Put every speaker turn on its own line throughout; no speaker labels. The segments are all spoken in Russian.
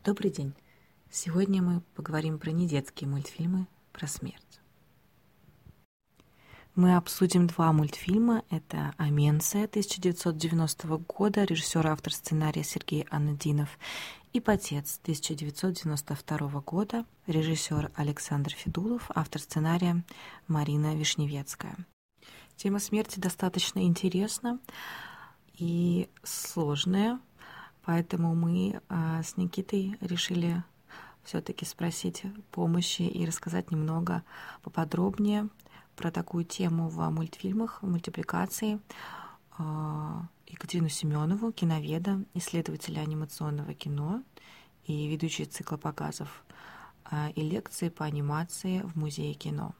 Добрый день! Сегодня мы поговорим про недетские мультфильмы про смерть. Мы обсудим два мультфильма. Это «Аменция» 1990 года, режиссер и автор сценария Сергей Анадинов, и «Потец» 1992 года, режиссер Александр Федулов, автор сценария Марина Вишневецкая. Тема смерти достаточно интересна и сложная, поэтому мы с Никитой решили все-таки спросить помощи и рассказать немного поподробнее про такую тему в мультфильмах, в мультипликации Екатерину Семенову, киноведа, исследователя анимационного кино и ведущей цикла показов и лекций по анимации в Музее кино.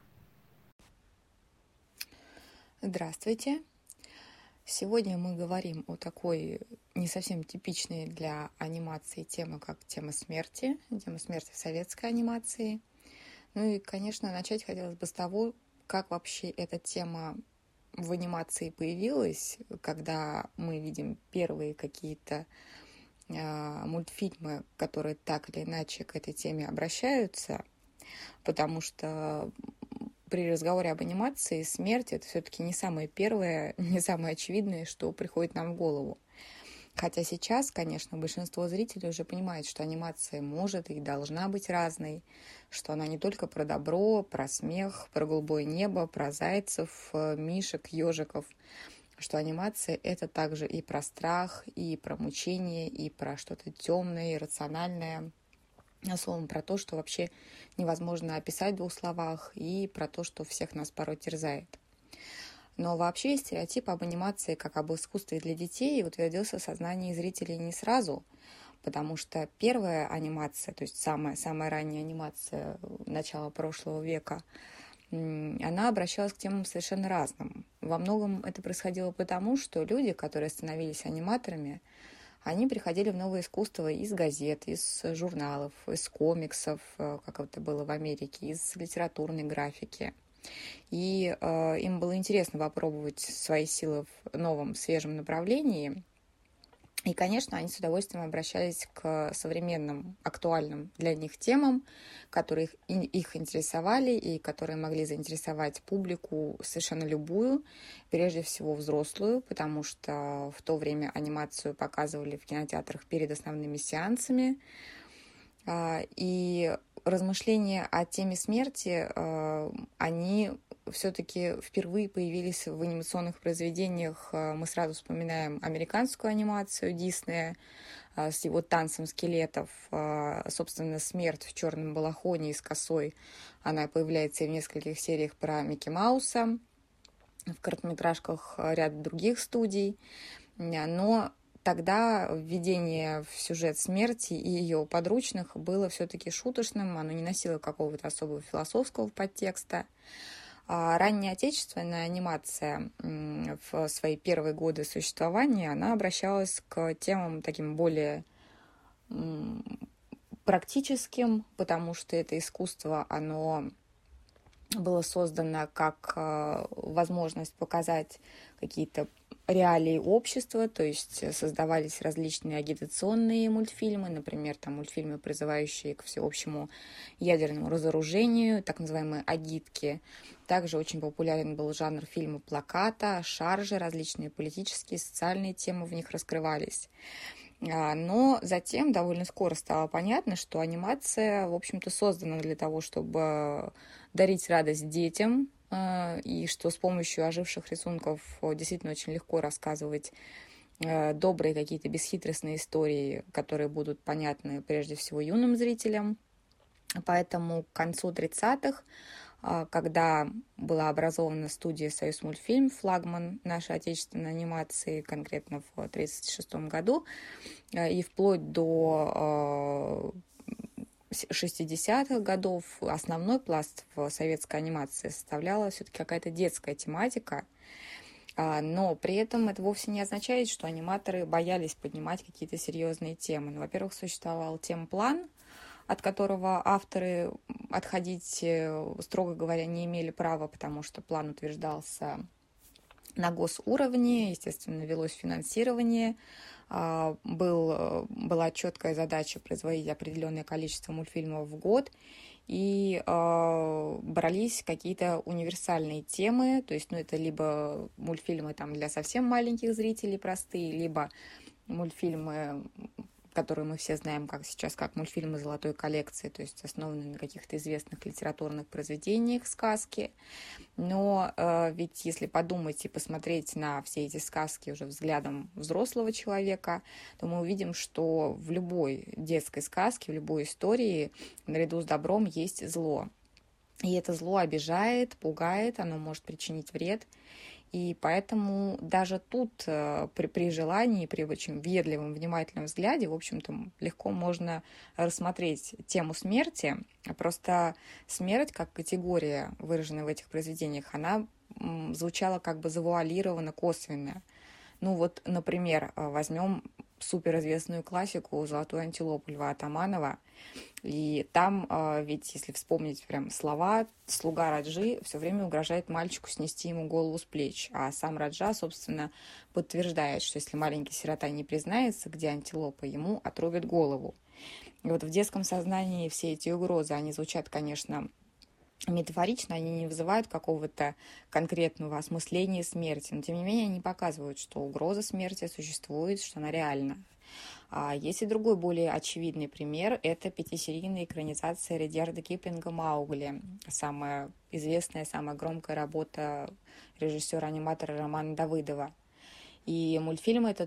Здравствуйте! Сегодня мы говорим о такой не совсем типичной для анимации темы, как тема смерти в советской анимации. Ну и, конечно, начать хотелось бы с того, как вообще эта тема в анимации появилась, когда мы видим первые какие-то мультфильмы, которые так или иначе к этой теме обращаются, потому что при разговоре об анимации смерть — это все-таки не самое первое, не самое очевидное, что приходит нам в голову. Хотя сейчас, конечно, большинство зрителей уже понимает, что анимация может и должна быть разной, что она не только про добро, про смех, про голубое небо, про зайцев, мишек, ежиков, что анимация — это также и про страх, и про мучение, и про что-то темное, иррациональное, словом, про то, что вообще невозможно описать в двух словах, и про то, что всех нас порой терзает. Но вообще стереотип об анимации как об искусстве для детей утвердился в сознании зрителей не сразу, потому что первая анимация, то есть самая ранняя анимация начала прошлого века, она обращалась к темам совершенно разным. Во многом это происходило потому, что люди, которые становились аниматорами, они приходили в новое искусство из газет, из журналов, из комиксов, как это было в Америке, из литературной графики. И им было интересно попробовать свои силы в новом, свежем направлении. И, конечно, они с удовольствием обращались к современным, актуальным для них темам, которые их интересовали и которые могли заинтересовать публику совершенно любую, прежде всего взрослую, потому что в то время анимацию показывали в кинотеатрах перед основными сеансами. И размышления о теме смерти, они все-таки впервые появились в анимационных произведениях. Мы сразу вспоминаем американскую анимацию Диснея с его танцем скелетов. Собственно, смерть в черном балахоне и с косой. Она появляется и в нескольких сериях про Микки Мауса, в короткометражках ряда других студий. Но тогда введение в сюжет смерти и ее подручных было все-таки шуточным, оно не носило какого-то особого философского подтекста. А ранняя отечественная анимация в свои первые годы существования, она обращалась к темам таким более практическим, потому что это искусство, оно было создано как возможность показать какие-то реалии общества, то есть создавались различные агитационные мультфильмы, например, там мультфильмы, призывающие к всеобщему ядерному разоружению, так называемые агитки. Также очень популярен был жанр фильма плаката, шаржи, различные политические, социальные темы в них раскрывались. Но затем довольно скоро стало понятно, что анимация, в общем-то, создана для того, чтобы дарить радость детям, и что с помощью оживших рисунков действительно очень легко рассказывать добрые какие-то бесхитростные истории, которые будут понятны прежде всего юным зрителям. Поэтому к концу 30-х, когда была образована студия «Союзмультфильм», флагман нашей отечественной анимации, конкретно в 1936 году, и вплоть до 60-х годов основной пласт в советской анимации составляла все-таки какая-то детская тематика, но при этом это вовсе не означает, что аниматоры боялись поднимать какие-то серьезные темы. Ну, во-первых, существовал темплан, от которого авторы отходить, строго говоря, не имели права, потому что план утверждался На госуровне, естественно, велось финансирование, была четкая задача производить определенное количество мультфильмов в год, и брались какие-то универсальные темы, то есть, это либо мультфильмы там для совсем маленьких зрителей простые, либо мультфильмы, которые мы все знаем как сейчас, как мультфильмы золотой коллекции, то есть основанные на каких-то известных литературных произведениях, сказки. Но ведь если подумать и посмотреть на все эти сказки уже взглядом взрослого человека, то мы увидим, что в любой детской сказке, в любой истории наряду с добром есть зло. И это зло обижает, пугает, оно может причинить вред. И поэтому даже тут при желании, при очень въедливом, внимательном взгляде, в общем-то, легко можно рассмотреть тему смерти. Просто смерть, как категория, выраженная в этих произведениях, она звучала как бы завуалированно, косвенно. Например, возьмем суперизвестную классику «Золотую антилопу» Льва Атаманова. И там, ведь, если вспомнить прям слова, слуга Раджи все время угрожает мальчику снести ему голову с плеч. А сам Раджа, собственно, подтверждает, что если маленький сирота не признается, где антилопа, ему отрубят голову. И в детском сознании все эти угрозы, они звучат, конечно, метафорично, они не вызывают какого-то конкретного осмысления смерти, но тем не менее они показывают, что угроза смерти существует, что она реальна. Есть и другой, более очевидный пример. Это 5-серийная экранизация Редьярда Киплинга «Маугли». Самая известная, самая громкая работа режиссера-аниматора Романа Давыдова. И мультфильм этот,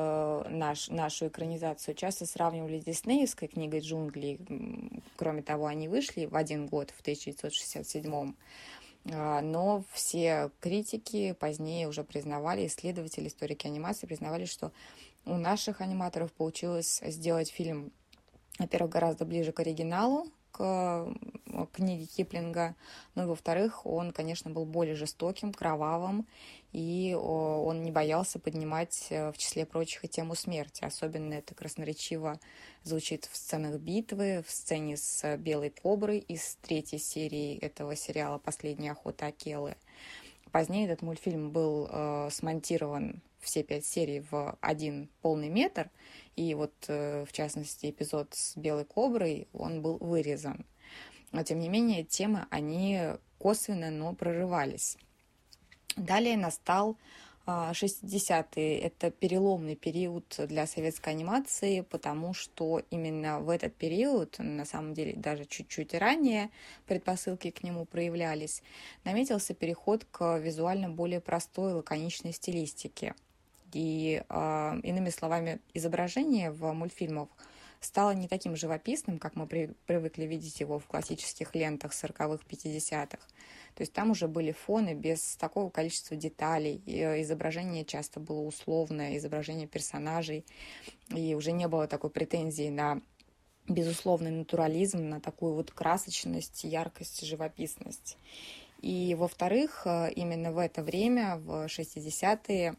нашу экранизацию, часто сравнивали с диснеевской книгой «Джунгли». Кроме того, они вышли в один год, в 1967. Но все критики позднее уже признавали, исследователи, историки анимации признавали, что у наших аниматоров получилось сделать фильм, во-первых, гораздо ближе к оригиналу, к книге Киплинга, ну и, во-вторых, он, конечно, был более жестоким, кровавым, и он не боялся поднимать, в числе прочих, и тему смерти. Особенно это красноречиво звучит в сценах битвы, в сцене с Белой Коброй из 3-й серии этого сериала «Последняя охота Акелы». Позднее этот мультфильм был смонтирован, все 5 серий, в один полный метр, и в частности, эпизод с Белой Коброй, он был вырезан. Но, тем не менее, темы, они косвенно, но прорывались. Далее настал 60-е. Это переломный период для советской анимации, потому что именно в этот период, на самом деле даже чуть-чуть ранее, предпосылки к нему проявлялись, наметился переход к визуально более простой, лаконичной стилистике. И, иными словами, изображение в мультфильмах стало не таким живописным, как мы привыкли видеть его в классических лентах 40-х, 50-х. То есть там уже были фоны без такого количества деталей, и изображение часто было условное, изображение персонажей, и уже не было такой претензии на безусловный натурализм, на такую красочность, яркость, живописность. И, во-вторых, именно в это время, в 60-е,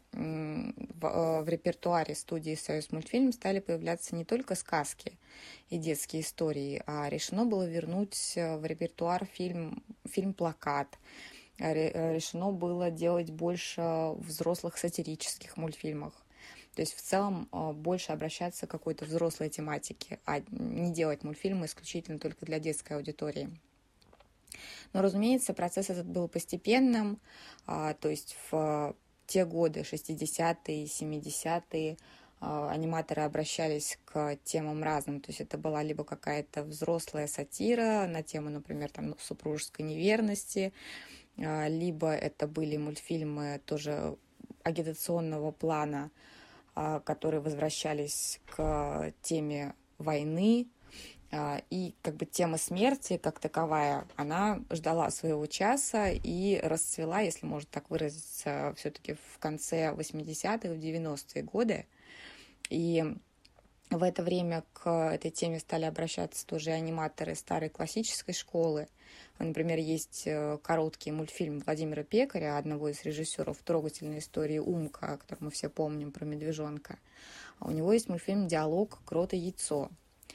в репертуаре студии «Союзмультфильм» стали появляться не только сказки и детские истории, а решено было вернуть в репертуар фильм-плакат. Решено было делать больше взрослых сатирических мультфильмов. То есть в целом больше обращаться к какой-то взрослой тематике, а не делать мультфильмы исключительно только для детской аудитории. Но, разумеется, процесс этот был постепенным, то есть в те годы, 60-е, 70-е, аниматоры обращались к темам разным, то есть это была либо какая-то взрослая сатира на тему, например, супружеской неверности, либо это были мультфильмы тоже агитационного плана, которые возвращались к теме войны. И тема смерти как таковая, она ждала своего часа и расцвела, если можно так выразиться, все-таки в конце 80-х, в 90-е годы. И в это время к этой теме стали обращаться тоже аниматоры старой классической школы. Например, есть короткий мультфильм Владимира Пекаря, одного из режиссеров «Трогательной истории Умка», который мы все помним, про медвежонка. У него есть мультфильм «Диалог «Крот и яйцо».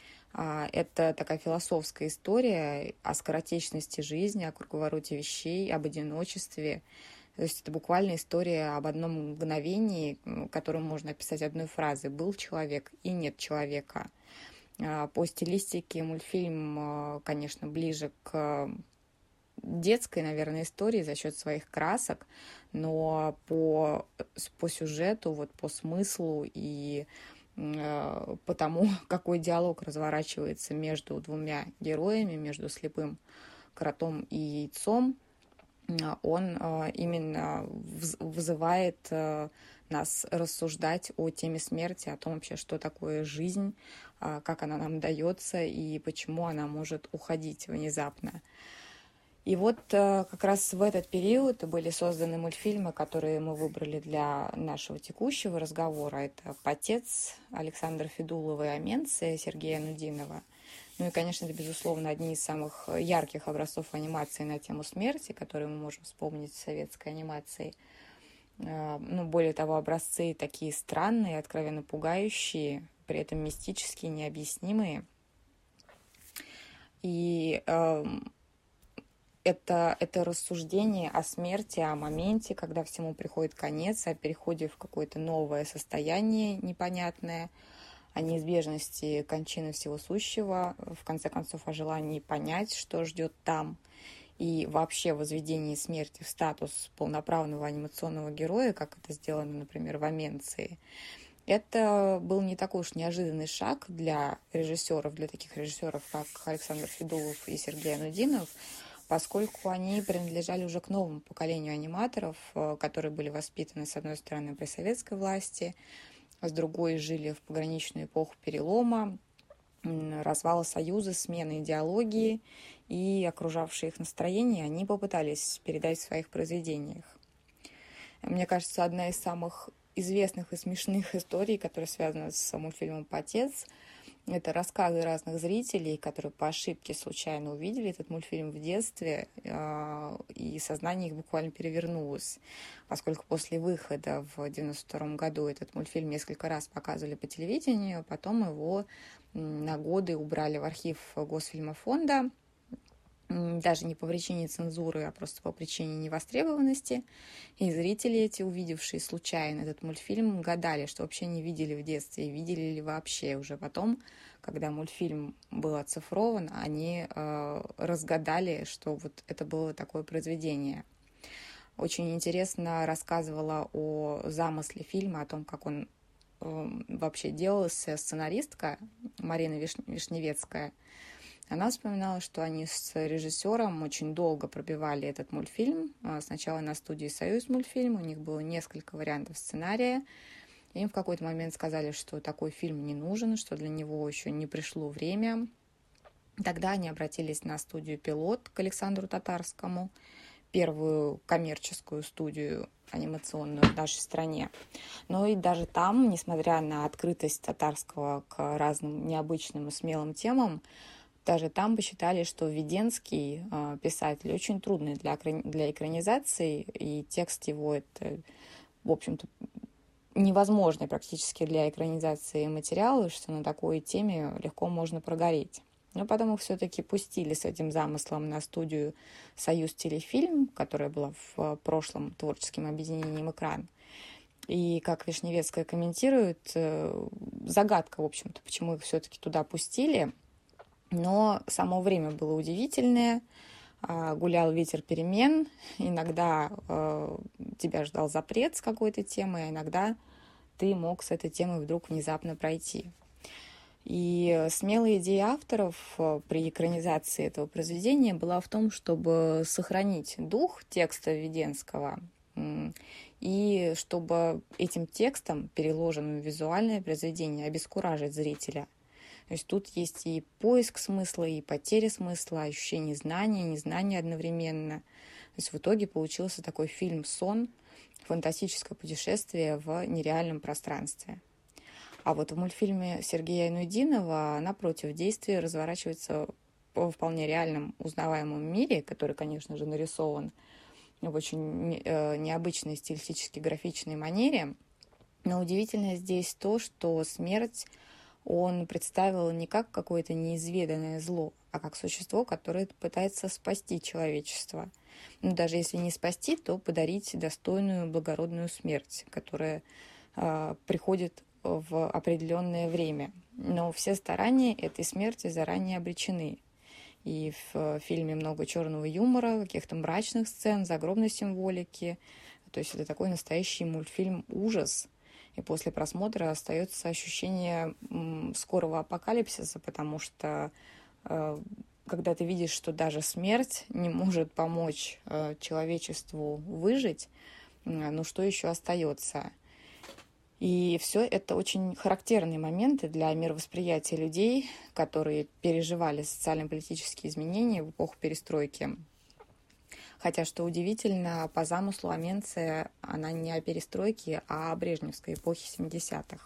Это такая философская история о скоротечности жизни, о круговороте вещей, об одиночестве. То есть это буквально история об одном мгновении, которую можно описать одной фразой: «Был человек и нет человека». По стилистике мультфильм, конечно, ближе к детской, наверное, истории за счет своих красок, но по сюжету, вот по смыслу и по тому, какой диалог разворачивается между двумя героями, между слепым кротом и яйцом, он именно вызывает нас рассуждать о теме смерти, о том вообще, что такое жизнь, как она нам дается и почему она может уходить внезапно. И вот как раз в этот период были созданы мультфильмы, которые мы выбрали для нашего текущего разговора. Это «Потец» Александра Федулова и «Аменция» Сергея Нудинова. Ну и, конечно, это, безусловно, одни из самых ярких образцов анимации на тему смерти, которые мы можем вспомнить в советской анимации. Ну, более того, образцы такие странные, откровенно пугающие, при этом мистические, необъяснимые. И это рассуждение о смерти, о моменте, когда всему приходит конец, о переходе в какое-то новое состояние непонятное, о неизбежности кончины всего сущего, в конце концов, о желании понять, что ждет там, и вообще возведении смерти в статус полноправного анимационного героя, как это сделано, например, в «Аменции». Это был не такой уж неожиданный шаг для режиссеров, для таких режиссеров, как Александр Федулов и Сергей Анудинов, поскольку они принадлежали уже к новому поколению аниматоров, которые были воспитаны, с одной стороны, при советской власти, а с другой жили в пограничную эпоху перелома, развала Союза, смены идеологии и окружавшие их настроения, они попытались передать в своих произведениях. Мне кажется, одна из самых известных и смешных историй, которая связана с мультфильмом «Потец», это рассказы разных зрителей, которые по ошибке случайно увидели этот мультфильм в детстве, и сознание их буквально перевернулось, поскольку после выхода в 1992 году этот мультфильм несколько раз показывали по телевидению, а потом его на годы убрали в архив Госфильмофонда, даже не по причине цензуры, а просто по причине невостребованности. И зрители эти, увидевшие случайно этот мультфильм, гадали, что вообще не видели в детстве, и видели ли вообще. Уже потом, когда мультфильм был оцифрован, они разгадали, что вот это было такое произведение. Очень интересно рассказывала о замысле фильма, о том, как он вообще делался, сценаристка Марина Вишневецкая. Она вспоминала, что они с режиссером очень долго пробивали этот мультфильм. Сначала на студии «Союз мультфильм», у них было несколько вариантов сценария. Им в какой-то момент сказали, что такой фильм не нужен, что для него еще не пришло время. Тогда они обратились на студию «Пилот» к Александру Татарскому, первую коммерческую студию анимационную в нашей стране. Но и даже там, несмотря на открытость Татарского к разным необычным и смелым темам, даже там посчитали, что Веденский писатель очень трудный для экранизации, и текст его это, в общем-то, невозможный практически для экранизации материал, что на такой теме легко можно прогореть. Но потом их все-таки пустили с этим замыслом на студию «Союз телефильм», которая была в прошлом творческим объединением «Экран». И, как Вишневецкая комментирует, загадка, в общем-то, почему их все-таки туда пустили. Но само время было удивительное, гулял ветер перемен, иногда тебя ждал запрет с какой-то темой, а иногда ты мог с этой темой вдруг внезапно пройти. И смелая идея авторов при экранизации этого произведения была в том, чтобы сохранить дух текста Веденского и чтобы этим текстом, переложенным в визуальное произведение, обескуражить зрителя. То есть тут есть и поиск смысла, и потеря смысла, ощущение знания, незнания одновременно. То есть в итоге получился такой фильм-сон, фантастическое путешествие в нереальном пространстве. А вот в мультфильме Сергея Нудинова, напротив, действие разворачивается в вполне реальном узнаваемом мире, который, конечно же, нарисован в очень необычной стилистически графичной манере. Но удивительное здесь то, что смерть он представил не как какое-то неизведанное зло, а как существо, которое пытается спасти человечество. ну, даже если не спасти, то подарить достойную, благородную смерть, которая приходит в определенное время. Но все старания этой смерти заранее обречены. И в фильме много черного юмора, каких-то мрачных сцен, загробной символики. То есть это такой настоящий мультфильм ужас. И после просмотра остается ощущение скорого апокалипсиса, потому что когда ты видишь, что даже смерть не может помочь человечеству выжить, ну что еще остается? И все это очень характерные моменты для мировосприятия людей, которые переживали социально-политические изменения в эпоху перестройки. Хотя, что удивительно, по замыслу Аменция она не о перестройке, а о брежневской эпохе 70-х.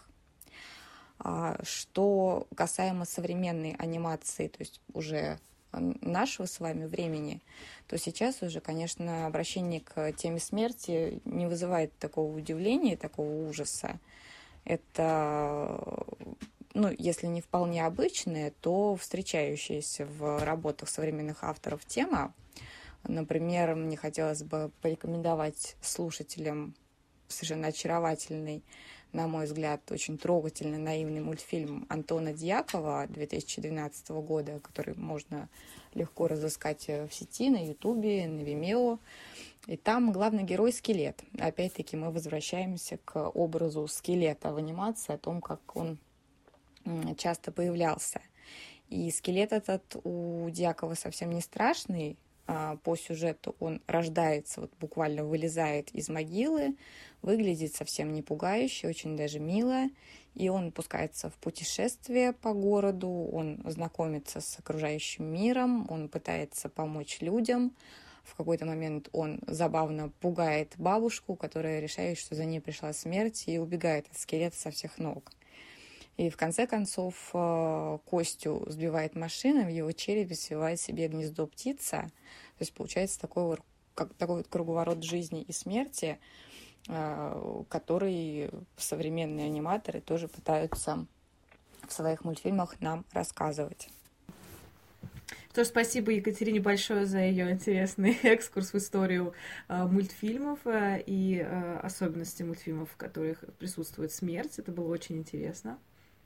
Что касаемо современной анимации, то есть уже нашего с вами времени, то сейчас уже, конечно, обращение к теме смерти не вызывает такого удивления, такого ужаса. Это, ну, если не вполне обычная, то встречающаяся в работах современных авторов тема. Например, мне хотелось бы порекомендовать слушателям совершенно очаровательный, на мой взгляд, очень трогательный, наивный мультфильм Антона Дьякова 2012 года, который можно легко разыскать в сети, на Ютубе, на Vimeo. И там главный герой — скелет. Опять-таки мы возвращаемся к образу скелета в анимации, о том, как он часто появлялся. И скелет этот у Дьякова совсем не страшный. По сюжету он рождается, вот буквально вылезает из могилы, выглядит совсем не пугающе, очень даже мило, и он пускается в путешествие по городу, он знакомится с окружающим миром, он пытается помочь людям. В какой-то момент он забавно пугает бабушку, которая решает, что за ней пришла смерть, и убегает от скелета со всех ног. И в конце концов Костю сбивает машина, в его черепе свивает себе гнездо птица. То есть получается такой вот круговорот жизни и смерти, который современные аниматоры тоже пытаются в своих мультфильмах нам рассказывать.
То спасибо Екатерине большое за ее интересный экскурс в историю мультфильмов и особенности мультфильмов, в которых присутствует смерть. Это было очень интересно.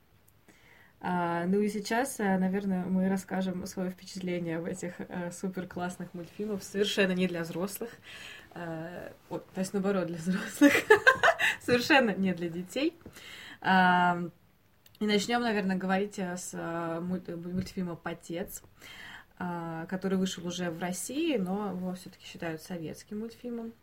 Ну и сейчас, наверное, мы расскажем свое впечатление об этих супер классных мультфильмах, совершенно не для взрослых, то есть наоборот для взрослых, совершенно не для детей. И начнем, наверное, говорить с мультфильма «Потец», который вышел уже в России, но его все-таки считают советским мультфильмом.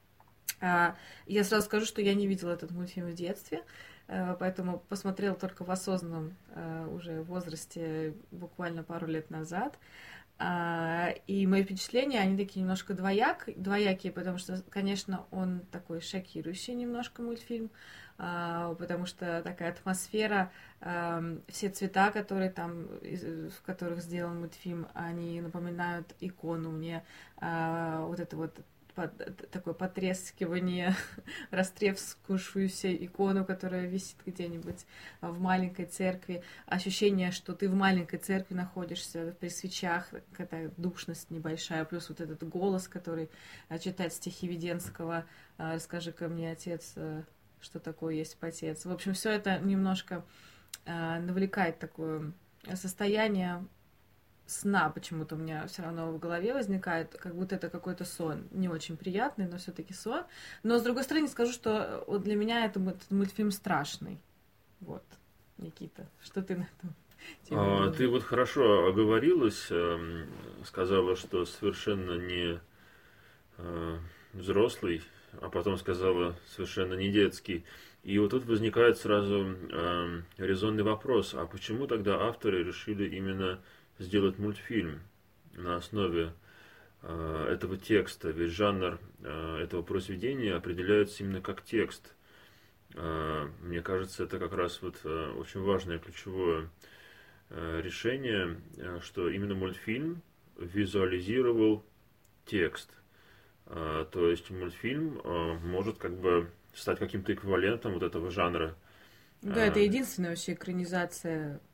Я сразу скажу, что я не видела этот мультфильм в детстве, поэтому посмотрела только в осознанном уже возрасте, буквально пару лет назад. И мои впечатления, они такие немножко двоякие, потому что, конечно, он такой шокирующий немножко мультфильм, потому что такая атмосфера, все цвета, которые там, в которых сделан мультфильм, они напоминают икону мне, вот это вот такое потрескивание, растрескавшуюся икону, которая висит где-нибудь в маленькой церкви, ощущение, что ты в маленькой церкви находишься при свечах, какая душность небольшая, плюс вот этот голос, который читает стихи Веденского, «Расскажи-ка мне, отец, что такое есть потец». В общем, все это немножко навлекает такое состояние сна, почему-то у меня все равно в голове возникает, как будто это какой-то сон. Не очень приятный, но все-таки сон. Но, с другой стороны, скажу, что вот для меня этот мультфильм страшный. Вот, Никита, что ты на этом?
Ты вот хорошо оговорилась, сказала, что совершенно не взрослый, а потом сказала совершенно не детский. И вот тут возникает сразу резонный вопрос, а почему тогда авторы решили именно сделать мультфильм на основе этого текста? Ведь жанр этого произведения определяется именно как текст. Мне кажется, это как раз вот очень важное ключевое решение, что именно мультфильм визуализировал текст. То есть мультфильм может как бы стать каким-то эквивалентом вот этого жанра.
Да, это единственная вообще экранизация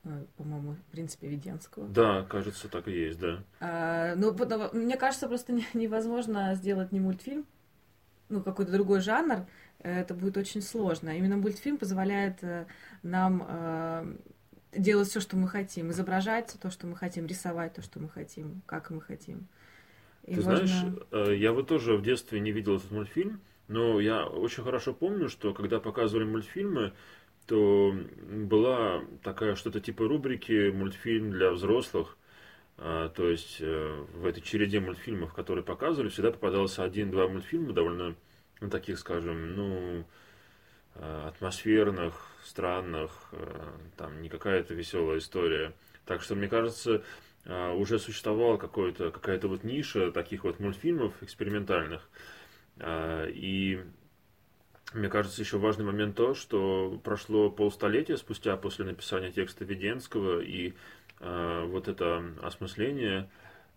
по-моему, в принципе, Веденского.
Да, кажется, так и есть, да.
Мне кажется, просто невозможно сделать не мультфильм, какой-то другой жанр, это будет очень сложно. Именно мультфильм позволяет нам делать все, что мы хотим, изображать то, что мы хотим, рисовать то, что мы хотим, как мы хотим.
Ты знаешь, я вот тоже в детстве не видел этот мультфильм, но я очень хорошо помню, что когда показывали мультфильмы, то была такая что-то типа рубрики «Мультфильм для взрослых». То есть в этой череде мультфильмов, которые показывали, всегда попадался один-два мультфильма довольно таких, скажем, атмосферных, странных, там не какая-то веселая история. Так что, мне кажется, уже существовала какая-то вот ниша таких вот мультфильмов экспериментальных. И мне кажется, еще важный момент то, что прошло полстолетия спустя после написания текста Веденского, и вот это осмысление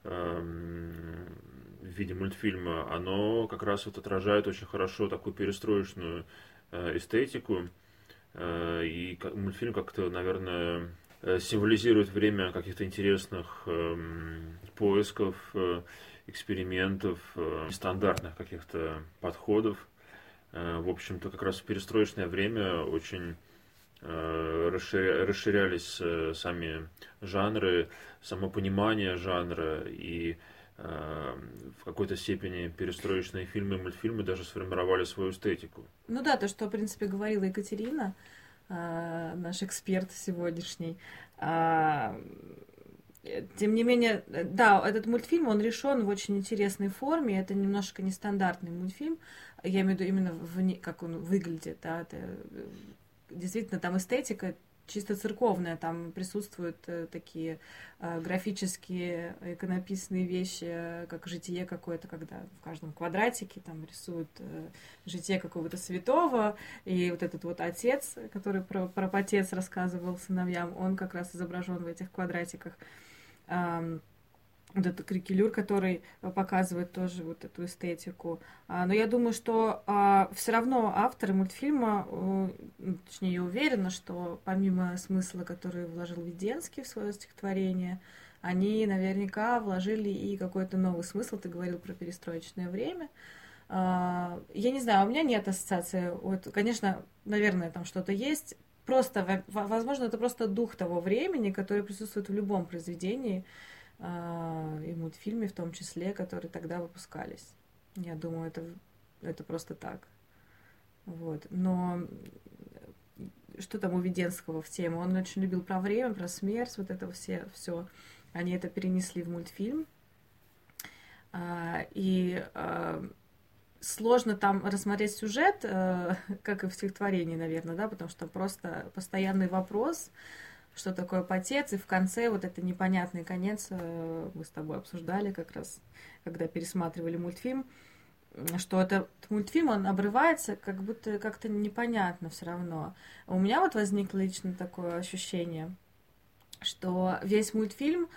в виде мультфильма, оно как раз вот отражает очень хорошо такую перестроечную эстетику, и мультфильм как-то, наверное, символизирует время каких-то интересных поисков, экспериментов, нестандартных каких-то подходов. В общем-то, как раз в перестроечное время очень расширялись сами жанры, само понимание жанра, и в какой-то степени перестроечные фильмы и мультфильмы даже сформировали свою эстетику.
То, что, в принципе, говорила Екатерина, наш эксперт сегодняшний. Тем не менее, да, этот мультфильм, он решен в очень интересной форме, это немножко нестандартный мультфильм, я имею в виду именно как он выглядит, да, это, действительно, там эстетика чисто церковная, там присутствуют такие графические, иконописные вещи, как житие какое-то, когда в каждом квадратике там рисуют житие какого-то святого, и вот этот вот отец, который про отец рассказывал сыновьям, он как раз изображен в этих квадратиках. Вот этот крикелюр, который показывает тоже вот эту эстетику. Но я думаю, что все равно авторы мультфильма, точнее, я уверена, что помимо смысла, который вложил Веденский в свое стихотворение, они наверняка вложили и какой-то новый смысл. Ты говорил про перестроечное время. Я не знаю, у меня нет ассоциации. Вот, конечно, наверное, там что-то есть. Просто, возможно, это просто дух того времени, который присутствует в любом произведении, и мультфильме в том числе, которые тогда выпускались. Я думаю, это просто так. Вот. Но что там у Веденского в тему? Он очень любил про время, про смерть, вот это все. Они это перенесли в мультфильм. И сложно там рассмотреть сюжет, как и в стихотворении, наверное, да, потому что просто постоянный вопрос, что такое потец, и в конце вот это непонятный конец мы с тобой обсуждали как раз, когда пересматривали мультфильм, что этот мультфильм, он обрывается как будто как-то непонятно все равно. У меня вот возникло лично такое ощущение, что весь мультфильм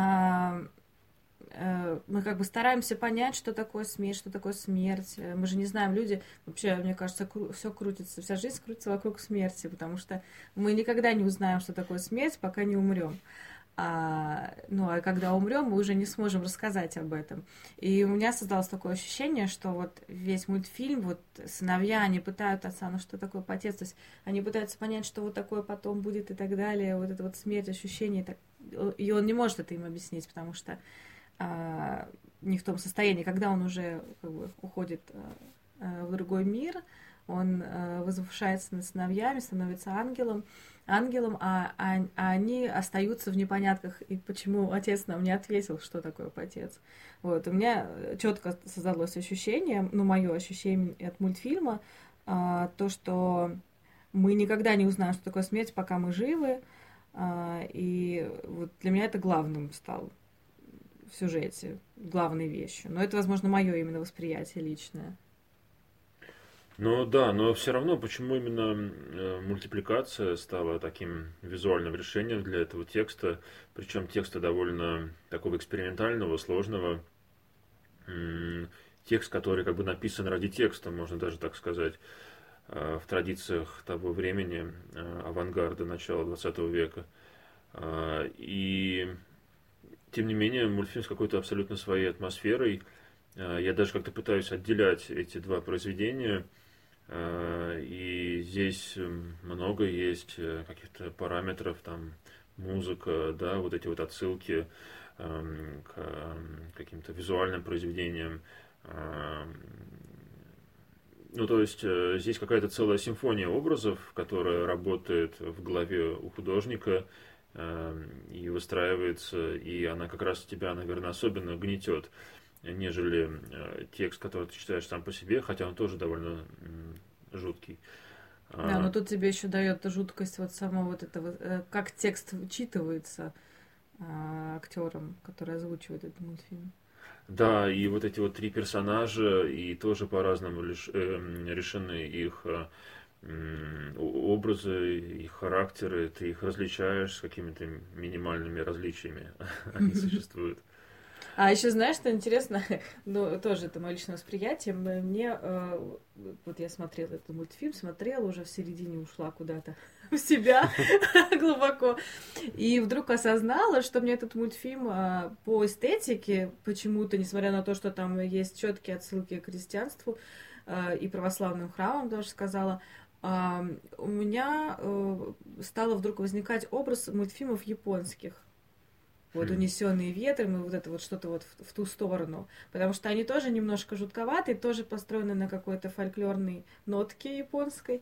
мы как бы стараемся понять, что такое смерть. Мы же не знаем, люди, вообще, мне кажется, все крутится, вся жизнь крутится вокруг смерти, потому что мы никогда не узнаем, что такое смерть, пока не умрем. А когда умрем, мы уже не сможем рассказать об этом. И у меня создалось такое ощущение, что вот весь мультфильм, вот сыновья, они пытаются, что такое потец, то есть они пытаются понять, что вот такое потом будет и так далее, вот эта вот смерть, ощущение, и он не может это им объяснить, потому что не в том состоянии, когда он уже как бы уходит в другой мир, он возвышается над сыновьями, становится ангелом, а они остаются в непонятках, и почему отец нам не ответил, что такое потец. Вот. У меня четко создалось ощущение, мое ощущение от мультфильма, то, что мы никогда не узнаем, что такое смерть, пока мы живы, и вот для меня это главным стало в сюжете, главной вещью. Но это, возможно, мое именно восприятие личное.
Ну да, но все равно, почему именно мультипликация стала таким визуальным решением для этого текста, причем текста довольно такого экспериментального, сложного, текст, который как бы написан ради текста, можно даже так сказать, в традициях того времени, авангарда начала 20 века. И тем не менее мультфильм с какой-то абсолютно своей атмосферой. Я даже как-то пытаюсь отделять эти два произведения. И здесь много есть каких-то параметров, там музыка, да, вот эти вот отсылки к каким-то визуальным произведениям. Ну, то есть здесь какая-то целая симфония образов, которая работает в голове у художника и выстраивается, и она как раз тебя, наверное, особенно гнетет, нежели текст, который ты читаешь сам по себе, хотя он тоже довольно жуткий.
Да, но тут тебе еще дает жуткость вот самого вот этого, как текст вычитывается актером, который озвучивает этот мультфильм.
Да, и вот эти вот три персонажа, и тоже по-разному решены их образы, их характеры, ты их различаешь с какими-то минимальными различиями, они существуют.
А еще знаешь, что интересно, ну, тоже это мое личное восприятие, мне, вот я смотрела этот мультфильм, смотрела, уже в середине ушла куда-то в себя глубоко, и вдруг осознала, что мне этот мультфильм по эстетике почему-то, несмотря на то, что там есть четкие отсылки к христианству и православным храмам, даже сказала, у меня стало вдруг возникать образ мультфильмов японских. Вот «Унесенные ветром» и вот это вот что-то вот в ту сторону. Потому что они тоже немножко жутковатые, тоже построены на какой-то фольклорной нотке японской.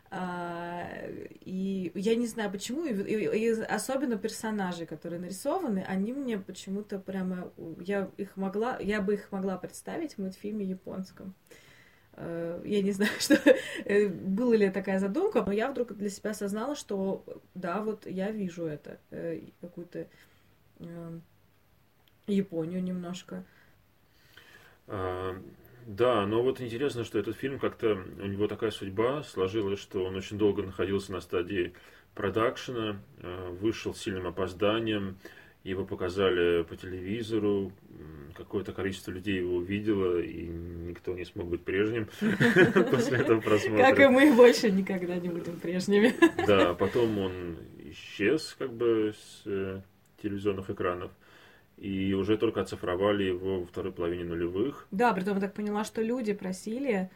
И я не знаю почему, и особенно персонажи, которые нарисованы, они мне почему-то прямо... Я бы их могла представить в мультфильме японском. Я не знаю, что была ли такая задумка, но я вдруг для себя осознала, что да, вот я вижу это, какую-то Японию немножко.
Да, но вот интересно, что этот фильм как-то, у него такая судьба сложилась, что он очень долго находился на стадии продакшена, вышел с сильным опозданием, его показали по телевизору, какое-то количество людей его увидело, и никто не смог быть прежним после этого просмотра.
Как и мы больше никогда не будем прежними.
Да, потом он исчез как бы с телевизионных экранов, и уже только оцифровали его во второй половине нулевых.
Да, притом я так поняла, что люди просили,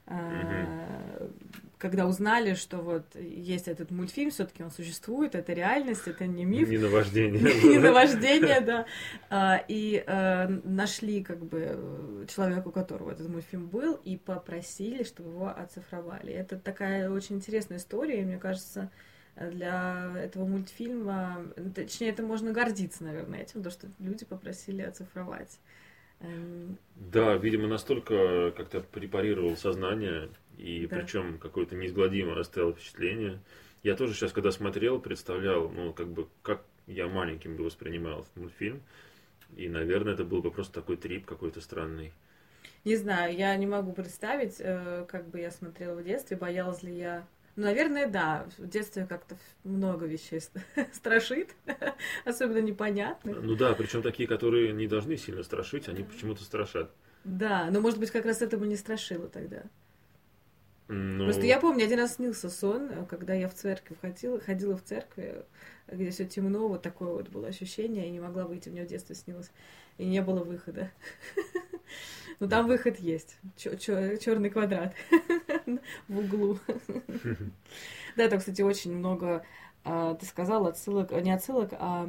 когда узнали, что вот есть этот мультфильм, все-таки он существует, это реальность, это не миф.
Не наваждение.
Не наваждение, да. И нашли как бы человека, у которого этот мультфильм был, и попросили, чтобы его оцифровали. Это такая очень интересная история, и мне кажется, для этого мультфильма, точнее, это можно гордиться, наверное, этим, потому что люди попросили оцифровать.
Да, видимо, настолько как-то препарировал сознание, и
Да.
причем какое-то неизгладимое оставило впечатление. Я тоже сейчас, когда смотрел, представлял, ну, как бы, как я маленьким бы воспринимал этот мультфильм, и, наверное, это был бы просто такой трип какой-то странный.
Не знаю, я не могу представить, как бы я смотрела в детстве, боялась ли я... Ну, наверное, да. В детстве как-то много вещей страшит, особенно непонятно.
Ну да, причем такие, которые не должны сильно страшить, они почему-то страшат.
Да, но, может быть, как раз этого не страшило тогда.
Ну,
Просто я помню, один раз снился сон, когда я в церковь ходила в церковь, где все темно, вот такое вот было ощущение, и не могла выйти, мне в детстве снилось, и не было выхода. Но там выход есть, черный квадрат в углу. Да, там, кстати, очень много, ты сказала, отсылок, не отсылок, а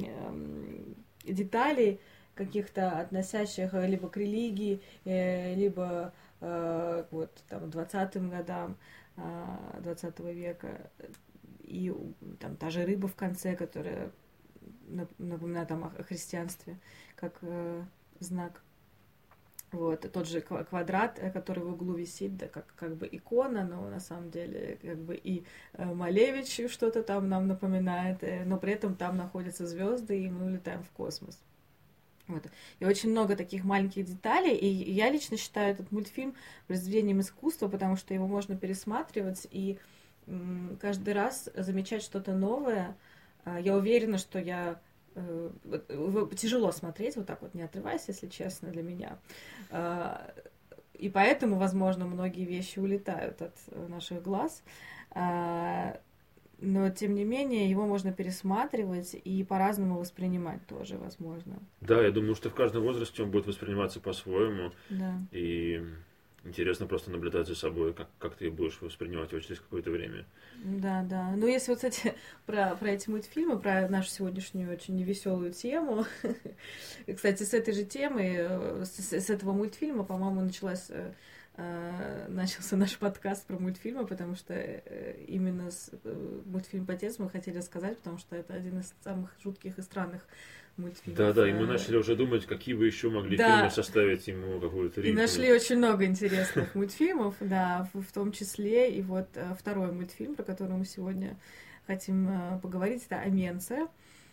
деталей каких-то относящих либо к религии, либо вот там 20-м годам 20 века, и там та же рыба в конце, которая напоминает там о христианстве, как знак. Вот, тот же квадрат, который в углу висит, да, как бы икона, но на самом деле как бы и Малевич что-то там нам напоминает, но при этом там находятся звезды, и мы улетаем в космос. Вот. И очень много таких маленьких деталей, и я лично считаю этот мультфильм произведением искусства, потому что его можно пересматривать и каждый раз замечать что-то новое. Я уверена, что тяжело смотреть вот так вот, не отрываясь, если честно, для меня. И поэтому, возможно, многие вещи улетают от наших глаз. но, тем не менее, его можно пересматривать и по-разному воспринимать тоже, возможно.
Да, я думаю, что в каждом возрасте он будет восприниматься по-своему.
Да.
И интересно просто наблюдать за собой, как ты будешь воспринимать его через какое-то время.
Да, да. Ну, если вот, кстати, про эти мультфильмы, про нашу сегодняшнюю очень невеселую тему. И, кстати, с этой же темы, с этого мультфильма, по-моему, начался наш подкаст про мультфильмы, потому что именно мультфильм «Потец» мы хотели сказать, потому что это один из самых жутких и странных мультфильмов.
Да, и мы начали уже думать, какие бы еще могли фильмы составить ему какую-то рифму.
И нашли очень много интересных мультфильмов, да, в том числе и вот второй мультфильм, про который мы сегодня хотим поговорить, это «Аменция».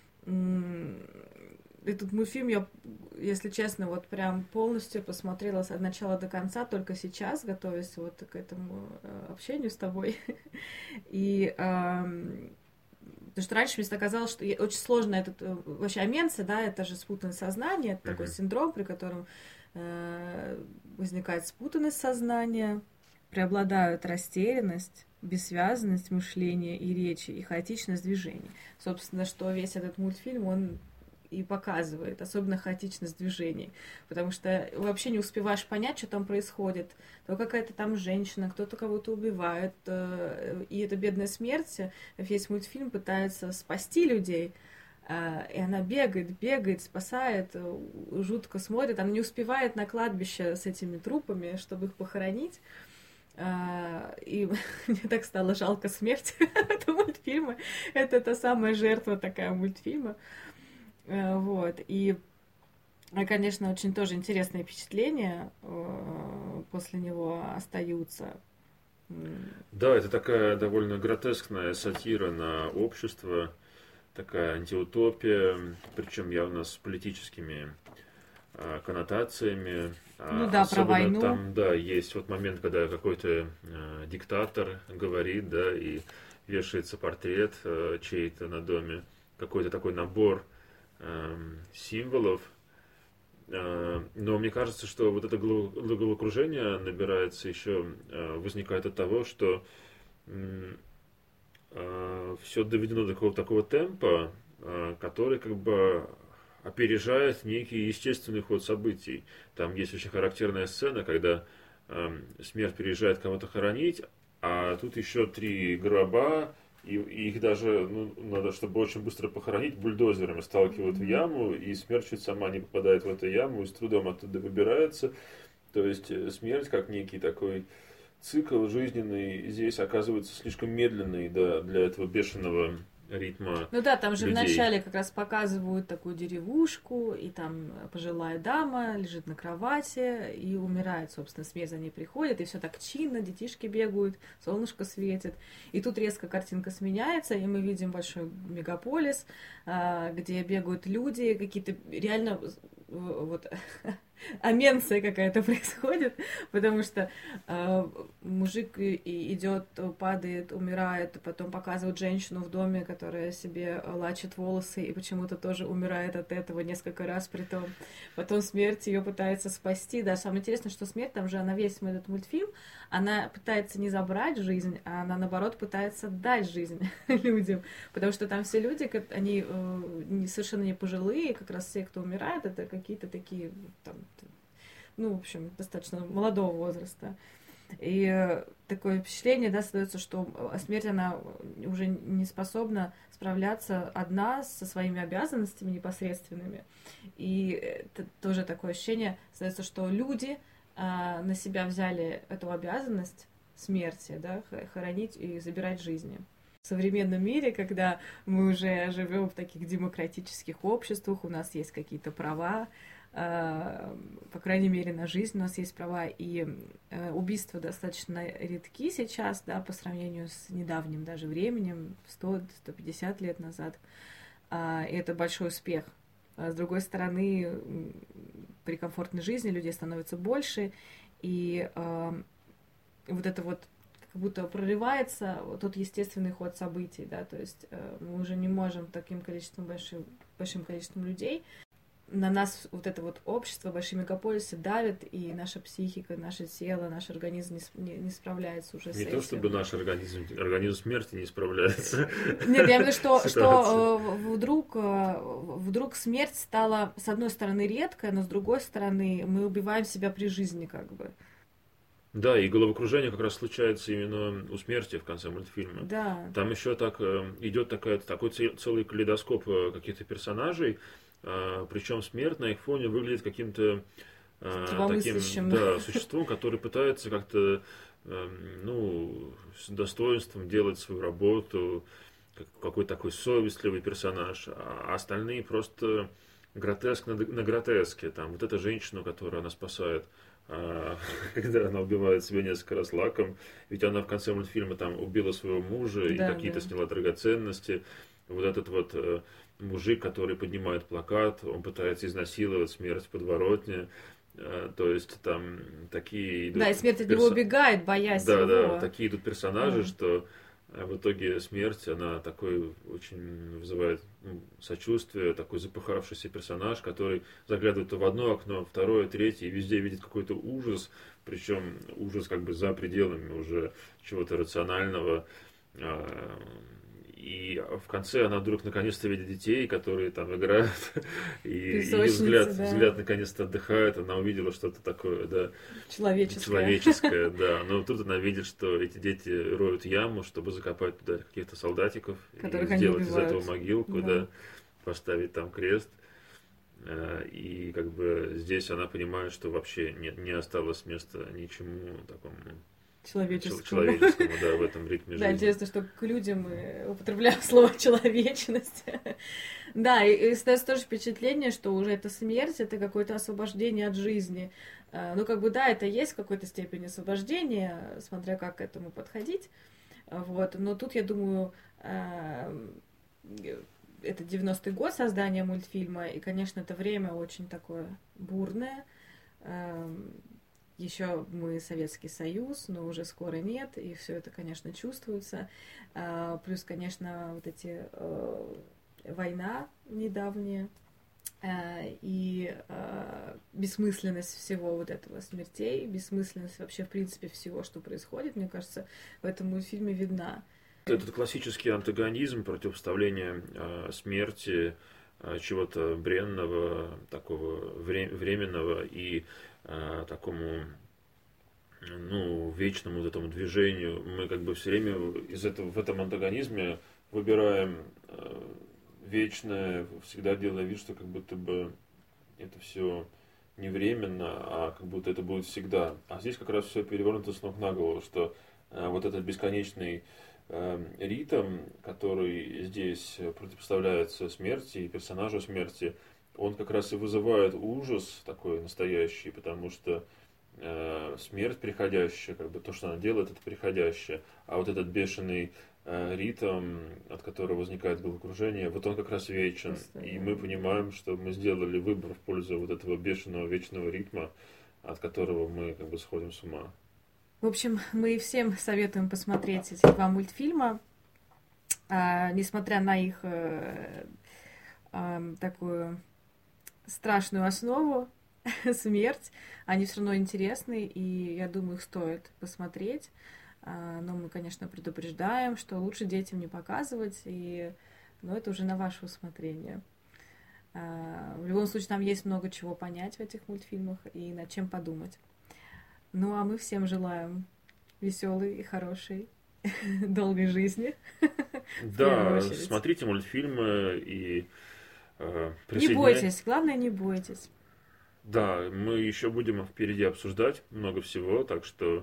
Этот мультфильм я, если честно, вот прям полностью посмотрела от начала до конца, только сейчас, готовясь вот к этому общению с тобой. И потому что раньше мне всегда казалось, что очень сложно этот... Вообще аменция, да, это же спутанное сознание, это такой синдром, при котором возникает спутанность сознания, преобладают растерянность, бессвязность мышления и речи, и хаотичность движений. Собственно, что весь этот мультфильм, он и показывает, особенно хаотичность движений, потому что вообще не успеваешь понять, что там происходит. То какая-то там женщина, кто-то кого-то убивает, и эта бедная смерть, весь мультфильм пытается спасти людей, и она бегает, спасает, жутко смотрит, она не успевает на кладбище с этими трупами, чтобы их похоронить. И мне так стало жалко смерти этого мультфильма. Это та самая жертва такая мультфильма. Вот. И, конечно, очень тоже интересные впечатления после него остаются.
Да, это такая довольно гротескная сатира на общество, такая антиутопия, причем явно с политическими коннотациями.
Ну да, про войну.
Там, да, есть вот момент, когда какой-то диктатор говорит, да, и вешается портрет чей-то на доме, какой-то такой набор символов. Но мне кажется, что вот это головокружение набирается еще, возникает от того, что все доведено до такого темпа, который как бы опережает некий естественный ход событий. Там есть очень характерная сцена, когда смерть переезжает кого-то хоронить, а тут еще 3 гроба, и их даже, надо, чтобы очень быстро похоронить, бульдозерами сталкивают в яму, и смерть чуть сама не попадает в эту яму и с трудом оттуда выбирается. То есть смерть, как некий такой цикл жизненный, здесь оказывается слишком медленный, да, для этого бешеного ритма.
Ну да, там же
людей.
вначале как раз показывают такую деревушку, и там пожилая дама лежит на кровати и умирает, собственно, смерть за ней приходит, и все так чинно, детишки бегают, солнышко светит. И тут резко картинка сменяется, и мы видим большой мегаполис, где бегают люди, какие-то реально вот аменция какая-то происходит, потому что мужик идет, падает, умирает, потом показывают женщину в доме, которая себе лачит волосы и почему-то тоже умирает от этого несколько раз при том. Потом смерть ее пытается спасти. Да, самое интересное, что смерть, там же она весь этот мультфильм, она пытается не забрать жизнь, а она, наоборот, пытается дать жизнь людям, потому что там все люди, они совершенно не пожилые, как раз все, кто умирает, это какие-то такие там, в общем, достаточно молодого возраста. И такое впечатление, да, создается, что смерть, она уже не способна справляться одна со своими обязанностями непосредственными. И это тоже такое ощущение создается, что люди на себя взяли эту обязанность смерти, да, хоронить и забирать жизни. В современном мире, когда мы уже живем в таких демократических обществах, у нас есть какие-то права, по крайней мере, на жизнь у нас есть права, и убийства достаточно редки сейчас, да, по сравнению с недавним даже временем, 100-150 лет назад, и это большой успех. С другой стороны, при комфортной жизни людей становится больше, и вот это вот как будто прорывается вот тот естественный ход событий, да, то есть мы уже не можем таким количеством большим количеством людей на нас вот это вот общество, большие мегаполисы давят, и наша психика, наше тело, наш организм не справляется уже с этим.
Не то чтобы наш организм смерти не справляется.
Нет, я имею в виду, что вдруг смерть стала, с одной стороны, редкой, но с другой стороны, мы убиваем себя при жизни, как бы.
Да, и головокружение как раз случается именно у смерти в конце мультфильма.
Да.
Там еще так идет такой целый калейдоскоп каких-то персонажей, причем смерть на их фоне выглядит каким-то таким существом, который пытается как-то с достоинством делать свою работу, какой-то такой совестливый персонаж, а остальные просто гротеск на гротеске. Там вот эта женщина, которую она спасает, когда она убивает себя несколько раз лаком, ведь она в конце мультфильма там убила своего мужа и какие-то сняла драгоценности. Вот этот вот мужик, который поднимает плакат, он пытается изнасиловать смерть в подворотне. То есть там такие идут...
Да, и смерть от него убегает, боясь его.
Да, такие идут персонажи, что в итоге смерть, она такой очень вызывает сочувствие, такой запыхавшийся персонаж, который заглядывает то в одно окно, второе, третье, и везде видит какой-то ужас, причем ужас как бы за пределами уже чего-то рационального. И в конце она вдруг наконец-то видит детей, которые там играют, и ее взгляд наконец-то отдыхает, она увидела что-то такое, да, человеческое, да. Но тут она видит, что эти дети роют яму, чтобы закопать туда каких-то солдатиков, и сделать из этого могилку, да, поставить там крест. И как бы здесь она понимает, что вообще не осталось места ничему такому человеческому, да, в этом ритме жизни.
Да, интересно, что к людям мы употребляем слово «человечность». Да, и остается тоже впечатление, что уже эта смерть, это какое-то освобождение от жизни. Ну, как бы, да, это есть в какой-то степени освобождение, смотря как к этому подходить. Вот. Но тут, я думаю, это 90-й год создания мультфильма, и, конечно, это время очень такое бурное. Еще мы Советский Союз, но уже скоро нет, и все это, конечно, чувствуется. Плюс, конечно, вот эти война недавняя и бессмысленность всего вот этого смертей, бессмысленность вообще, в принципе, всего, что происходит, мне кажется, в этом мультфильме видна.
Этот классический антагонизм, противоставление смерти, чего-то бренного, такого временного и такому, вечному вот этому движению. Мы как бы все время в этом антагонизме выбираем вечное, всегда делая вид, что как будто бы это все не временно, а как будто это будет всегда. А здесь как раз все перевернуто с ног на голову, что вот этот бесконечный ритм, который здесь противопоставляется смерти и персонажу смерти, он как раз и вызывает ужас такой настоящий, потому что смерть приходящая, как бы то, что она делает, это приходящее, а вот этот бешеный ритм, от которого возникает головокружение, вот он как раз вечен. И мы понимаем, что мы сделали выбор в пользу вот этого бешеного вечного ритма, от которого мы как бы сходим с ума.
В общем, мы всем советуем посмотреть эти два мультфильма, несмотря на их такую страшную основу, смерть, они все равно интересны, и я думаю, их стоит посмотреть. Но мы, конечно, предупреждаем, что лучше детям не показывать, но это уже на ваше усмотрение. В любом случае, там есть много чего понять в этих мультфильмах и над чем подумать. Ну, а мы всем желаем веселой и хорошей, долгой жизни.
Да, смотрите мультфильмы и
не бойтесь, главное, не бойтесь.
Да, мы еще будем впереди обсуждать много всего, так что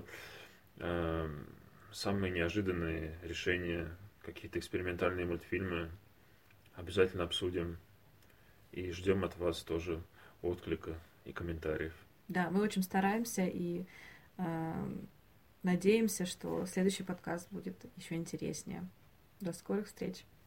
самые неожиданные решения, какие-то экспериментальные мультфильмы обязательно обсудим. И ждем от вас тоже отклика и комментариев.
Да, мы очень стараемся и надеемся, что следующий подкаст будет еще интереснее. До скорых встреч!